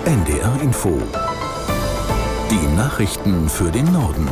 NDR Info. Die Nachrichten für den Norden.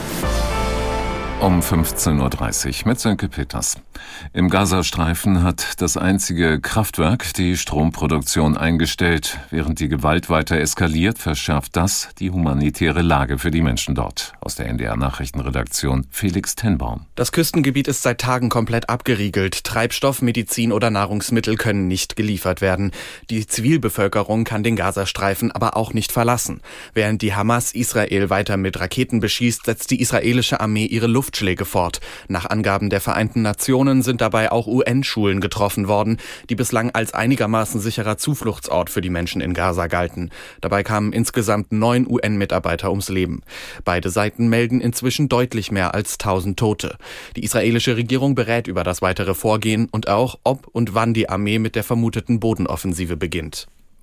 Um 15.30 Uhr mit Sönke Peters. Im Gazastreifen hat das einzige Kraftwerk die Stromproduktion eingestellt. Während die Gewalt weiter eskaliert, verschärft das die humanitäre Lage für die Menschen dort. Aus der NDR-Nachrichtenredaktion Felix Tenbaum. Das Küstengebiet ist seit Tagen komplett abgeriegelt. Treibstoff, Medizin oder Nahrungsmittel können nicht geliefert werden. Die Zivilbevölkerung kann den Gazastreifen aber auch nicht verlassen. Während die Hamas Israel weiter mit Raketen beschießt, setzt die israelische Armee ihre Luftschläge fort. Nach Angaben der Vereinten Nationen sind dabei auch UN-Schulen getroffen worden, die bislang als einigermaßen sicherer Zufluchtsort für die Menschen in Gaza galten. Dabei kamen insgesamt 9 UN-Mitarbeiter ums Leben. Beide Seiten melden inzwischen deutlich mehr als 1000 Tote. Die israelische Regierung berät über das weitere Vorgehen und auch, ob und wann die Armee mit der vermuteten Bodenoffensive beginnt.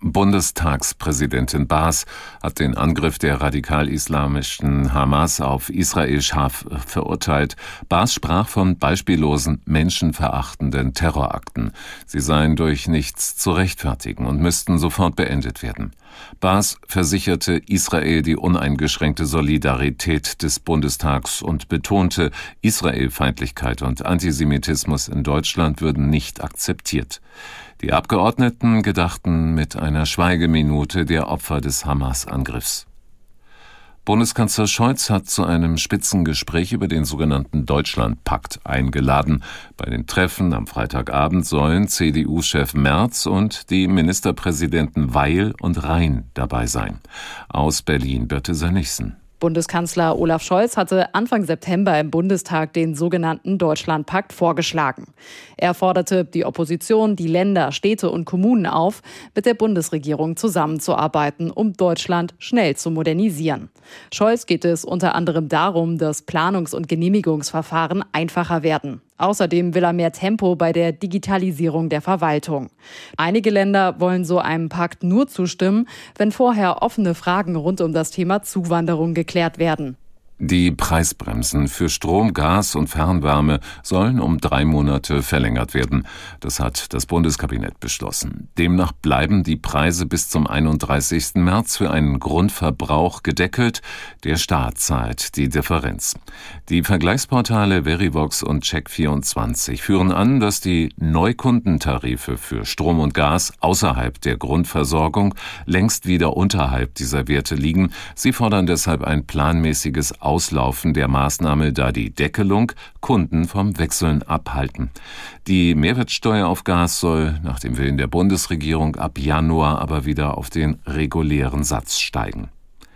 Bundestagspräsidentin Baas hat den Angriff der radikal-islamischen Hamas auf Israel scharf verurteilt. Baas sprach von beispiellosen, menschenverachtenden Terrorakten. Sie seien durch nichts zu rechtfertigen und müssten sofort beendet werden. Baas versicherte Israel die uneingeschränkte Solidarität des Bundestags und betonte, Israelfeindlichkeit und Antisemitismus in Deutschland würden nicht akzeptiert. Die Abgeordneten gedachten mit einer Schweigeminute der Opfer des Hamas-Angriffs. Bundeskanzler Scholz hat zu einem Spitzengespräch über den sogenannten Deutschlandpakt eingeladen. Bei dem Treffen am Freitagabend sollen CDU-Chef Merz und die Ministerpräsidenten Weil und Rhein dabei sein. Aus Berlin Birte Sönnigsen. Bundeskanzler Olaf Scholz hatte Anfang September im Bundestag den sogenannten Deutschlandpakt vorgeschlagen. Er forderte die Opposition, die Länder, Städte und Kommunen auf, mit der Bundesregierung zusammenzuarbeiten, um Deutschland schnell zu modernisieren. Scholz geht es unter anderem darum, dass Planungs- und Genehmigungsverfahren einfacher werden. Außerdem will er mehr Tempo bei der Digitalisierung der Verwaltung. Einige Länder wollen so einem Pakt nur zustimmen, wenn vorher offene Fragen rund um das Thema Zuwanderung geklärt werden. Die Preisbremsen für Strom, Gas und Fernwärme sollen um 3 Monate verlängert werden. Das hat das Bundeskabinett beschlossen. Demnach bleiben die Preise bis zum 31. März für einen Grundverbrauch gedeckelt. Der Staat zahlt die Differenz. Die Vergleichsportale Verivox und Check24 führen an, dass die Neukundentarife für Strom und Gas außerhalb der Grundversorgung längst wieder unterhalb dieser Werte liegen. Sie fordern deshalb ein planmäßiges Auslaufen der Maßnahme, da die Deckelung Kunden vom Wechseln abhalten. Die Mehrwertsteuer auf Gas soll nach dem Willen der Bundesregierung ab Januar aber wieder auf den regulären Satz steigen.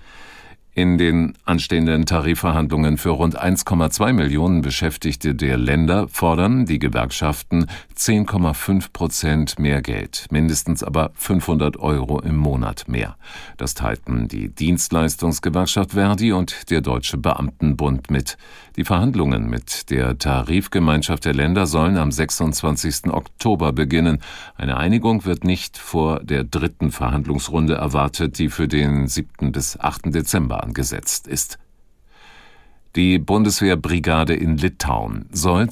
In den anstehenden Tarifverhandlungen für rund 1,2 Millionen Beschäftigte der Länder fordern die Gewerkschaften 10,5% mehr Geld, mindestens aber 500 € im Monat mehr. Das teilten die Dienstleistungsgewerkschaft Verdi und der Deutsche Beamtenbund mit. Die Verhandlungen mit der Tarifgemeinschaft der Länder sollen am 26. Oktober beginnen. Eine Einigung wird nicht vor der 3. Verhandlungsrunde erwartet, die für den 7. bis 8. Dezember angesetzt ist. Die Bundeswehrbrigade in Litauen soll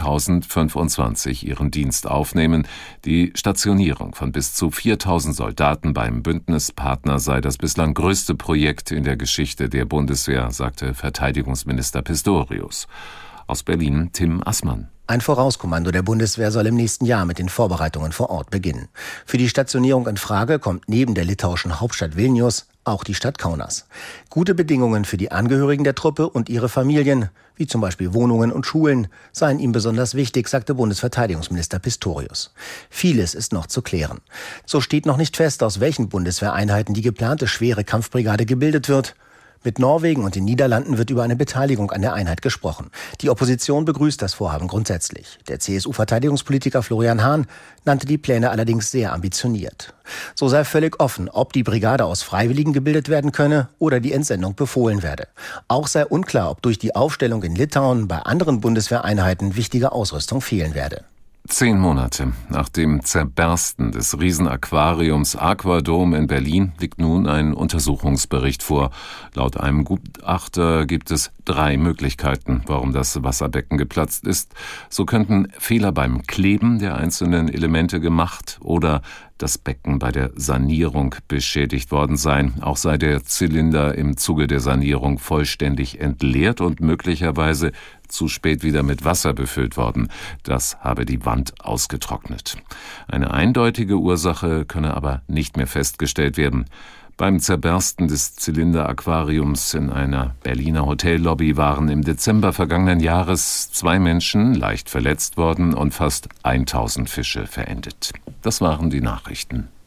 2025 ihren Dienst aufnehmen. Die Stationierung von bis zu 4000 Soldaten beim Bündnispartner sei das bislang größte Projekt in der Geschichte der Bundeswehr, sagte Verteidigungsminister Pistorius. Aus Berlin Tim Assmann. Ein Vorauskommando der Bundeswehr soll im nächsten Jahr mit den Vorbereitungen vor Ort beginnen. Für die Stationierung in Frage kommt neben der litauischen Hauptstadt Vilnius auch die Stadt Kaunas. Gute Bedingungen für die Angehörigen der Truppe und ihre Familien, wie zum Beispiel Wohnungen und Schulen, seien ihm besonders wichtig, sagte Bundesverteidigungsminister Pistorius. Vieles ist noch zu klären. So steht noch nicht fest, aus welchen Bundeswehreinheiten die geplante schwere Kampfbrigade gebildet wird. Mit Norwegen und den Niederlanden wird über eine Beteiligung an der Einheit gesprochen. Die Opposition begrüßt das Vorhaben grundsätzlich. Der CSU-Verteidigungspolitiker Florian Hahn nannte die Pläne allerdings sehr ambitioniert. So sei völlig offen, ob die Brigade aus Freiwilligen gebildet werden könne oder die Entsendung befohlen werde. Auch sei unklar, ob durch die Aufstellung in Litauen bei anderen Bundeswehreinheiten wichtige Ausrüstung fehlen werde. 10 Monate nach dem Zerbersten des Riesenaquariums Aquadome in Berlin liegt nun ein Untersuchungsbericht vor. Laut einem Gutachter gibt es 3 Möglichkeiten, warum das Wasserbecken geplatzt ist. So könnten Fehler beim Kleben der einzelnen Elemente gemacht oder das Becken bei der Sanierung beschädigt worden sei. Auch sei der Zylinder im Zuge der Sanierung vollständig entleert und möglicherweise zu spät wieder mit Wasser befüllt worden. Das habe die Wand ausgetrocknet. Eine eindeutige Ursache könne aber nicht mehr festgestellt werden. Beim Zerbersten des Zylinder-Aquariums in einer Berliner Hotellobby waren im Dezember vergangenen Jahres 2 Menschen leicht verletzt worden und fast 1000 Fische verendet. Das waren die Nachrichten.